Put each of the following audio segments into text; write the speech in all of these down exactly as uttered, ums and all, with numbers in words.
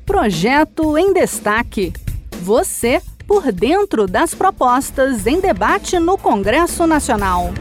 Projeto em Destaque. Você por dentro das propostas em debate no Congresso Nacional.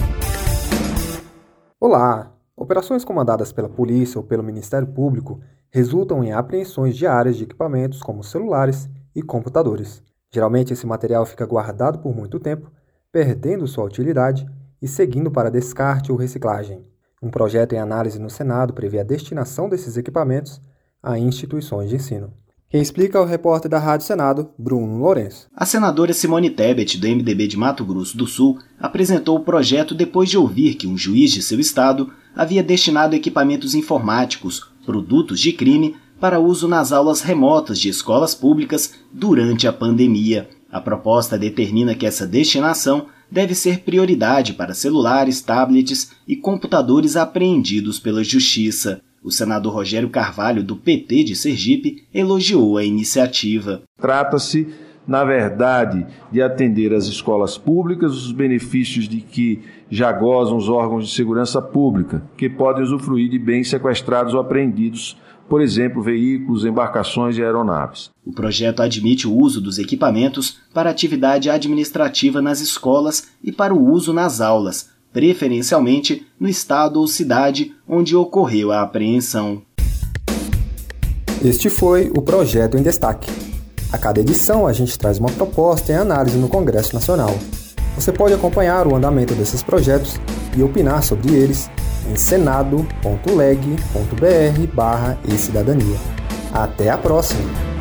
Olá! Operações comandadas pela polícia ou pelo Ministério Público resultam em apreensões diárias de equipamentos como celulares e computadores. Geralmente esse material fica guardado por muito tempo, perdendo sua utilidade e seguindo para descarte ou reciclagem. Um projeto em análise no Senado prevê a destinação desses equipamentos a instituições de ensino. Quem explica é o repórter da Rádio Senado, Bruno Lourenço. A senadora Simone Tebet, do M D B de Mato Grosso do Sul, apresentou o projeto depois de ouvir que um juiz de seu estado havia destinado equipamentos informáticos, produtos de crime, para uso nas aulas remotas de escolas públicas durante a pandemia. A proposta determina que essa destinação deve ser prioridade para celulares, tablets e computadores apreendidos pela Justiça. O senador Rogério Carvalho, do P T de Sergipe, elogiou a iniciativa. Trata-se, na verdade, de atender às escolas públicas os benefícios de que já gozam os órgãos de segurança pública, que podem usufruir de bens sequestrados ou apreendidos, por exemplo, veículos, embarcações e aeronaves. O projeto admite o uso dos equipamentos para atividade administrativa nas escolas e para o uso nas aulas, preferencialmente no estado ou cidade onde ocorreu a apreensão. Este foi o Projeto em Destaque. A cada edição a gente traz uma proposta em análise no Congresso Nacional. Você pode acompanhar o andamento desses projetos e opinar sobre eles em senado ponto leg ponto br barra e cidadania. Até a próxima!